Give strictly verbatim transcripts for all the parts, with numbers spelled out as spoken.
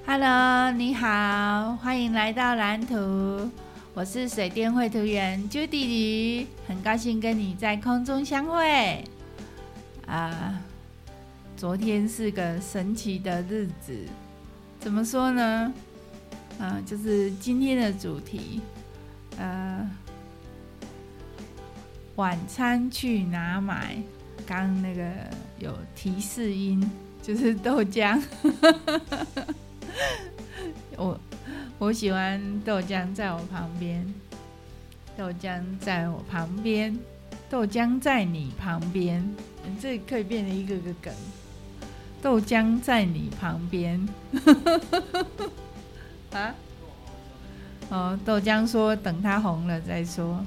Hello， 你好，欢迎来到蓝图，我是水电绘图员 Judy， 很高兴跟你在空中相会。啊，昨天是个神奇的日子，怎么说呢？啊，就是今天的主题，呃，晚餐去哪买？刚刚那个有提示音，就是豆浆。我我喜欢豆浆在我旁边，豆浆在我旁边，豆浆在你旁边，这可以变成一个个梗。豆浆在你旁边，啊？哦，豆浆说等它红了再说。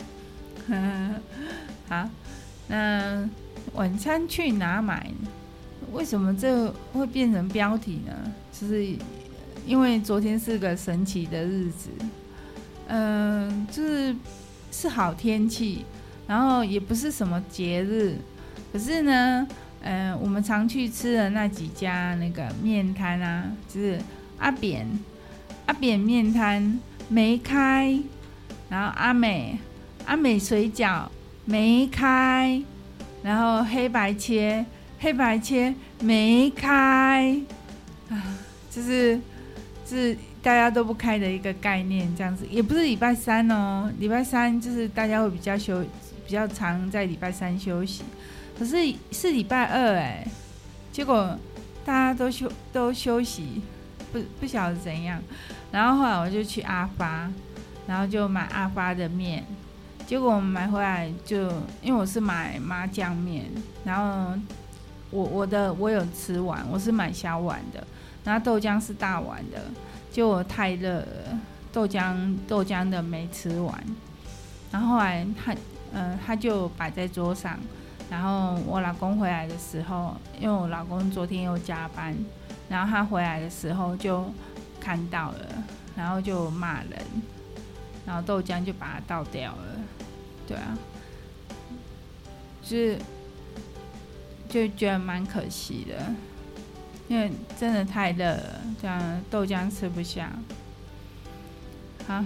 好，那晚餐去哪买？为什么这会变成标题呢？就是因为昨天是个神奇的日子，嗯、呃，就是是好天气，然后也不是什么节日，可是呢，嗯、呃，我们常去吃的那几家那个面摊啊，就是阿扁阿扁面摊没开，然后阿美阿美水饺没开，然后黑白切。黑白切没开啊，就是就是大家都不开的一个概念，这样子也不是礼拜三哦，礼拜三就是大家会比较休比较常在礼拜三休息，可是是礼拜二哎，结果大家都休都休息，不不晓得怎样，然后后来我就去阿发，然后就买阿发的面，结果我们买回来就因为我是买麻酱面，然后。我我的我有吃完，我是买小碗的，然后豆浆是大碗的，结果太热了，豆浆豆浆的没吃完，然后后来他呃他就摆在桌上，然后我老公回来的时候，因为我老公昨天又加班，然后他回来的时候就看到了，然后就骂人，然后豆浆就把它倒掉了，对啊，就是。就觉得蛮可惜的，因为真的太热了，这样豆浆吃不下。好，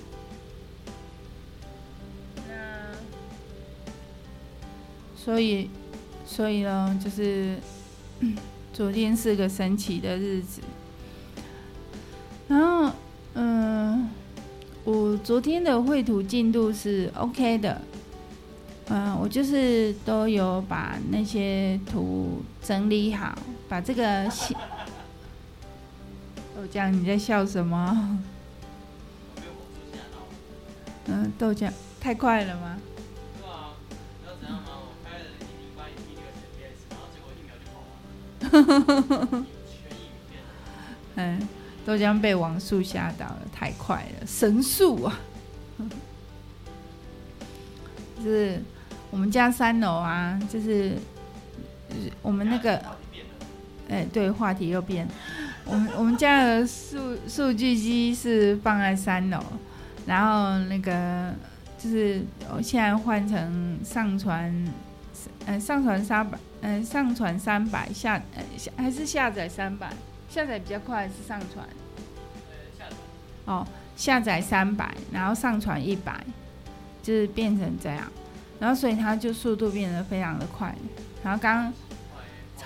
那所以所以呢，就是昨天是个神奇的日子，然后嗯、呃，我昨天的绘图进度是 OK 的。嗯，我就是都有把那些图整理好，把这个豆浆，你在笑什么？嗯，豆浆太快了吗？ 对啊，你知道怎样吗？我开了一零八一零二 F P S， 然后结果一秒就跑完了，全影片。 嗯，豆浆被网速吓到了，太快了，神速啊！就是我们家三楼啊，就是我们那个，哎、欸，对，话题又变。我们我们家的数数据机是放在三楼，然后那个就是我现在换成上传，呃，上传三百，呃，上传三百下，呃，还是下载三百，下载比较快，还是上传？ 下载。 哦，下载三百，然后上传一百。就是变成这样，然后所以它就速度变得非常的快，然后刚刚超，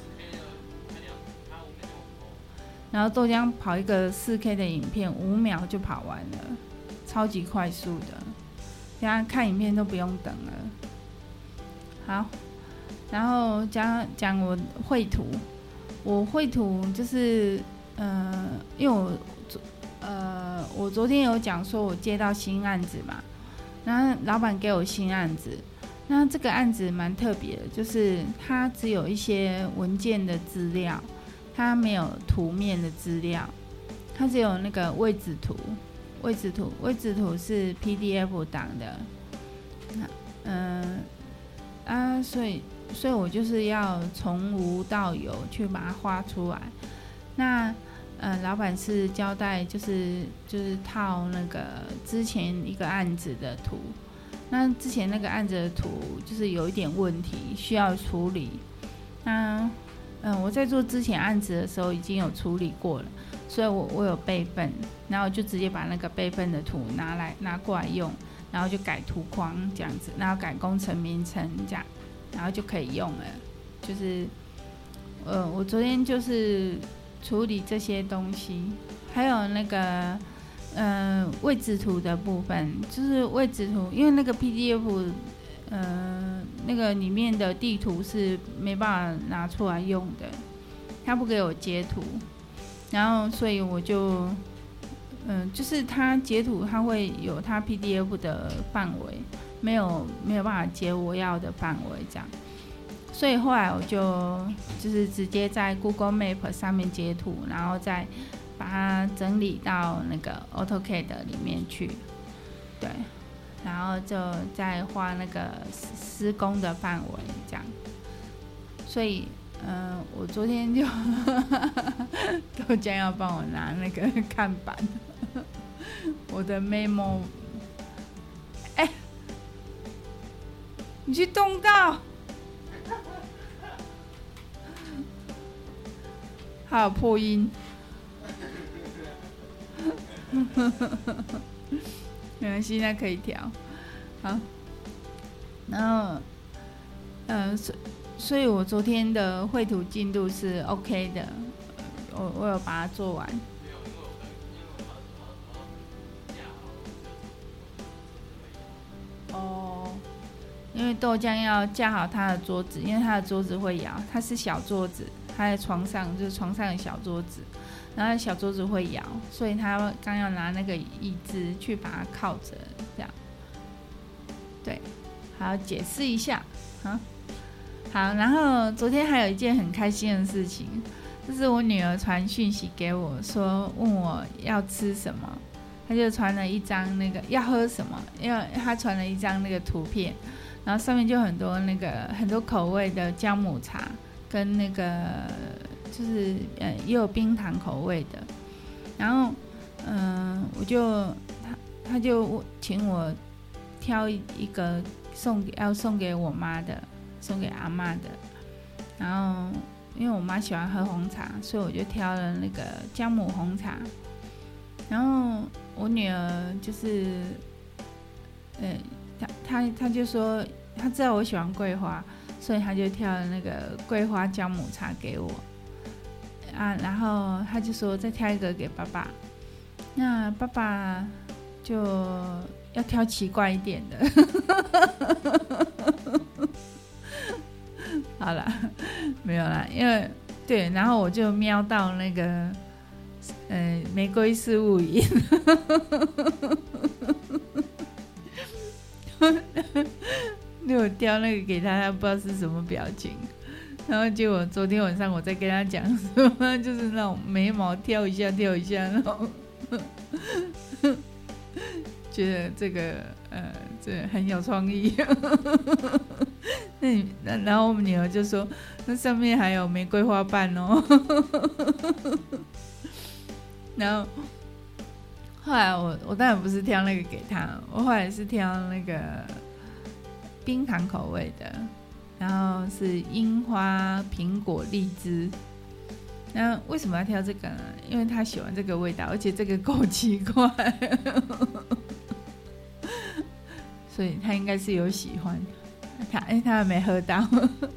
然后豆浆跑一个 四 K 的影片，五秒就跑完了，超级快速的，大家看影片都不用等了。好，然后讲讲我绘图，我绘图就是呃，因为我呃我昨天有讲说我接到新案子嘛。然后老板给我新案子，那这个案子蛮特别的，就是它只有一些文件的资料，它没有图面的资料，它只有那个位置图，位置图，位置图是 P D F 档的，嗯、呃、啊，所以所以我就是要从无到有去把它画出来，那。呃，老板是交代就是就是套那个之前一个案子的图，那之前那个案子的图就是有一点问题需要处理，那嗯，我在做之前案子的时候已经有处理过了，所以我我有备份，然后就直接把那个备份的图拿来拿过来用，然后就改图框这样子，然后改工程名称这样，然后就可以用了。就是呃，我昨天就是处理这些东西，还有那个呃位置图的部分，就是位置图，因为那个 P D F。呃，那个里面的地图是没办法拿出来用的，他不给我截图，然后所以我就，嗯、呃，就是他截图他会有他 P D F 的范围，没有没有办法截我要的范围这样，所以后来我就就是直接在 Google Map 上面截图，然后再把它整理到那个 AutoCAD 里面去，对。然后就再画那个施工的范围，这样。所以，嗯、呃，我昨天就豆浆要帮我拿那个看板，我的 memo。哎，你去动到，还有破音。没关系，那可以调。好，然后，呃，所所以，我昨天的绘图进度是 OK 的，我我有把它做完。哦，因为豆浆要架好他的桌子，因为他的桌子会摇，他是小桌子，他在床上就是床上的小桌子。然后小桌子会摇，所以他刚要拿那个椅子去把它靠着，这样。对，还要解释一下啊。好，然后昨天还有一件很开心的事情，就是我女儿传讯息给我说，问我要吃什么，她就传了一张那个要喝什么，因为她传了一张那个图片，然后上面就很多那个很多口味的姜母茶跟那个。就是呃也有冰糖口味的，然后嗯、呃、我就他他就请我挑一个送给要送给我妈的，送给阿嬷的，然后因为我妈喜欢喝红茶，所以我就挑了那个姜母红茶，然后我女儿就是呃她她她就说她知道我喜欢桂花，所以她就挑了那个桂花姜母茶给我。啊，然后他就说再挑一个给爸爸，那爸爸就要挑奇怪一点的。好了，没有啦，因为对，然后我就瞄到那个呃玫瑰事务营，那我挑那个给他，他不知道是什么表情。然后结果昨天晚上我在跟他讲什么，就是那种眉毛挑一下挑一下，然后觉得这个呃这很有创意。那你然后我们女儿就说，那上面还有玫瑰花瓣哦。然后后来我我当然不是挑那个给他，我后来是挑那个冰糖口味的。然后是樱花、苹果、荔枝。那为什么要挑这个呢？因为他喜欢这个味道，而且这个够奇怪，所以他应该是有喜欢。他哎，他还没喝到。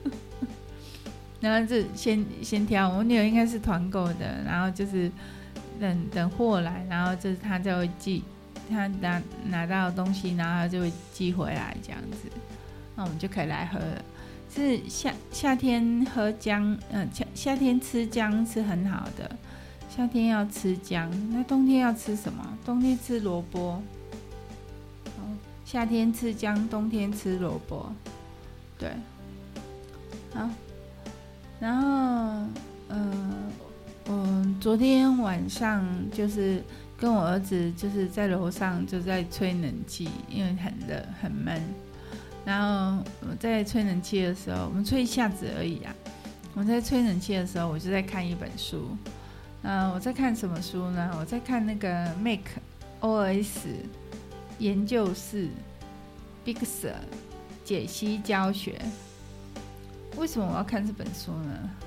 然后这先先挑，我女儿应该是团购的，然后就是等等货来，然后就是他就会寄，他拿拿到东西，然后他就会寄回来这样子，那我们就可以来喝了。是夏夏天喝姜，嗯、呃，夏夏天吃姜是很好的。夏天要吃姜，那冬天要吃什么？冬天吃萝卜。夏天吃姜，冬天吃萝卜。对，好。然后，呃，我昨天晚上就是跟我儿子就是在楼上就在吹冷气，因为很热很闷。然后我在吹冷气的时候，我们吹一下子而已啊。我在吹冷气的时候，我就在看一本书。呃，我在看什么书呢？我在看那个 Mac O S 研究室 Big Sur 解析教学。为什么我要看这本书呢？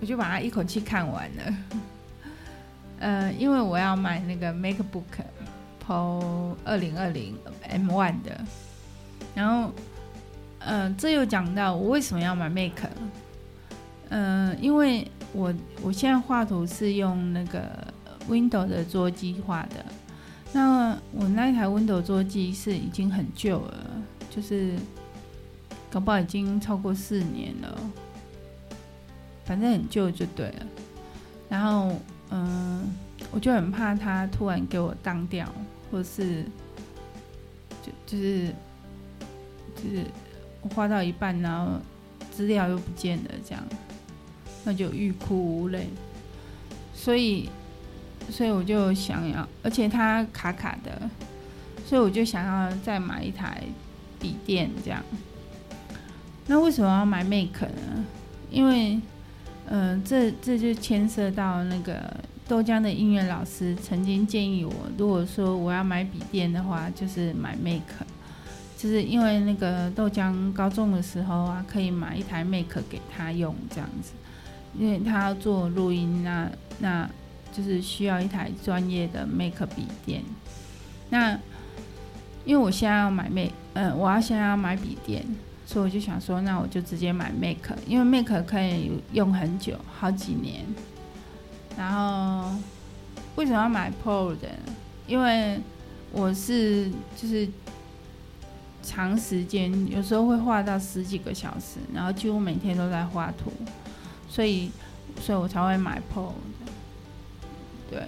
我就把它一口气看完了。呃，因为我要买那个 MacBook Pro 二零二零 M 一 的，然后，呃，这又讲到我为什么要买 Mac。呃，因为我我现在画图是用那个 Windows 的桌机画的，那我那一台 Windows 桌机是已经很旧了，就是搞不好已经超过四年了，反正很旧就对了。然后，嗯、呃，我就很怕它突然给我当掉，或是就就是就是我画到一半，然后资料又不见了，这样那就欲哭无泪。所以，所以我就想要，而且它卡卡的，所以我就想要再买一台笔电这样。那为什么要买 Mac 呢？因为呃，这这就牵涉到那个豆浆的音乐老师曾经建议我，如果说我要买笔电的话，就是买 Mac， 就是因为那个豆浆高中的时候啊，可以买一台 Mac 给他用这样子，因为他要做录音，那那就是需要一台专业的 Mac 笔电。那因为我现在要买 Mac， 呃，我要现在要买笔电。所以我就想说，那我就直接买 Mac， 因为 Mac 可以用很久，好几年。然后为什么要买 Pro 的？因为我是就是长时间，有时候会画到十几个小时，然后几乎每天都在画图，所以所以我才会买 Pro 的。对，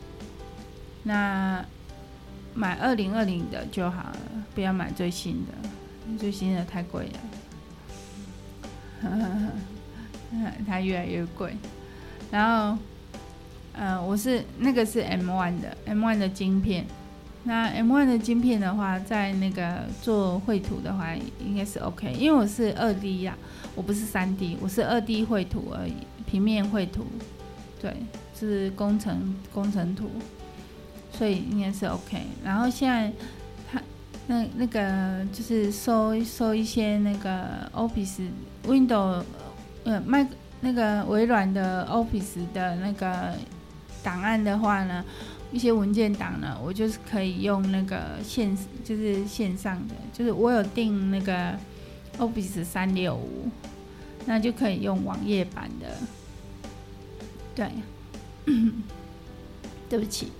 那买二零二零的就好了，不要买最新的。最新的太贵了，它越来越贵。然后，呃，我是那个是 M 一 的 M 一 的晶片。那 M 一 的晶片的话，在那个做绘图的话，应该是 OK， 因为我是二 D 啦，我不是三 D， 我是二 D 绘图而已，平面绘图，对，是工程工程图，所以应该是 OK。然后现在。那那个就是收收一些那个 Office Windows 呃麦那个微软的 Office 的那个档案的话呢，一些文件档呢，我就是可以用那个线就是线上的，就是我有订那个 Office 三六五，那就可以用网页版的。对，对不起。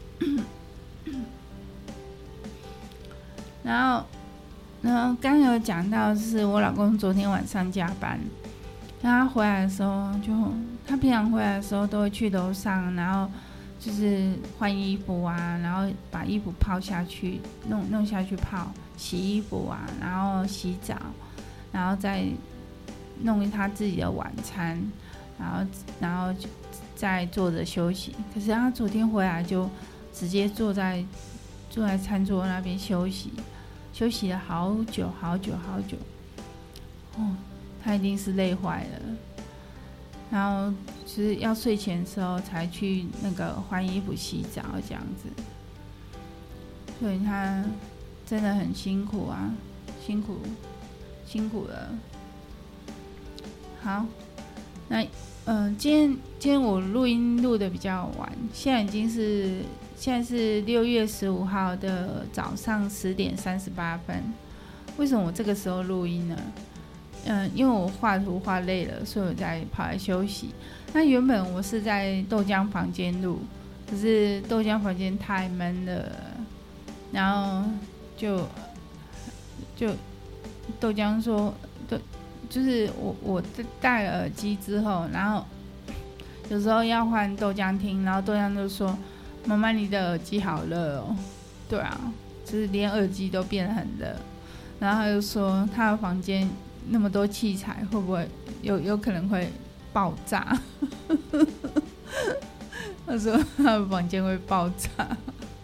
然后，然后刚有讲到，是我老公昨天晚上加班，然后他回来的时候就，他平常回来的时候都会去楼上，然后就是换衣服啊，然后把衣服泡下去，弄弄下去泡，洗衣服啊，然后洗澡，然后再弄他自己的晚餐，然后然后再坐着休息。可是他昨天回来就直接坐在坐在餐桌那边休息。休息了好久好久好久，哦，他一定是累坏了。然后其实要睡前的时候才去那个换衣服、洗澡这样子，所以他真的很辛苦啊，辛苦辛苦了。好，那嗯、呃，今天今天我录音录的比较晚，现在已经是。现在是六月十五号的早上十点三十八分。为什么我这个时候录音呢？嗯，因为我画图画累了，所以我在跑来休息。那原本我是在豆浆房间录，可是豆浆房间太闷了，然后就就豆浆说，对，就是我我戴了耳机之后，然后有时候要换豆浆听，然后豆浆就说。妈妈，你的耳机好热哦。对啊，就是连耳机都变得很热。然后他就说，他的房间那么多器材，会不会有有可能会爆炸？他说他的房间会爆炸。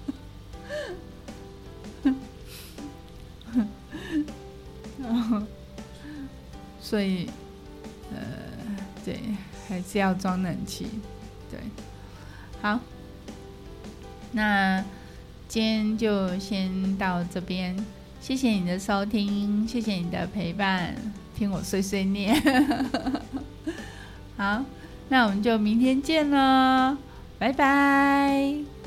然后，所以，呃，对，还是要装冷气。对，好。那今天就先到这边，谢谢你的收听，谢谢你的陪伴，听我碎碎念。好， 那我们就明天见喽，拜拜。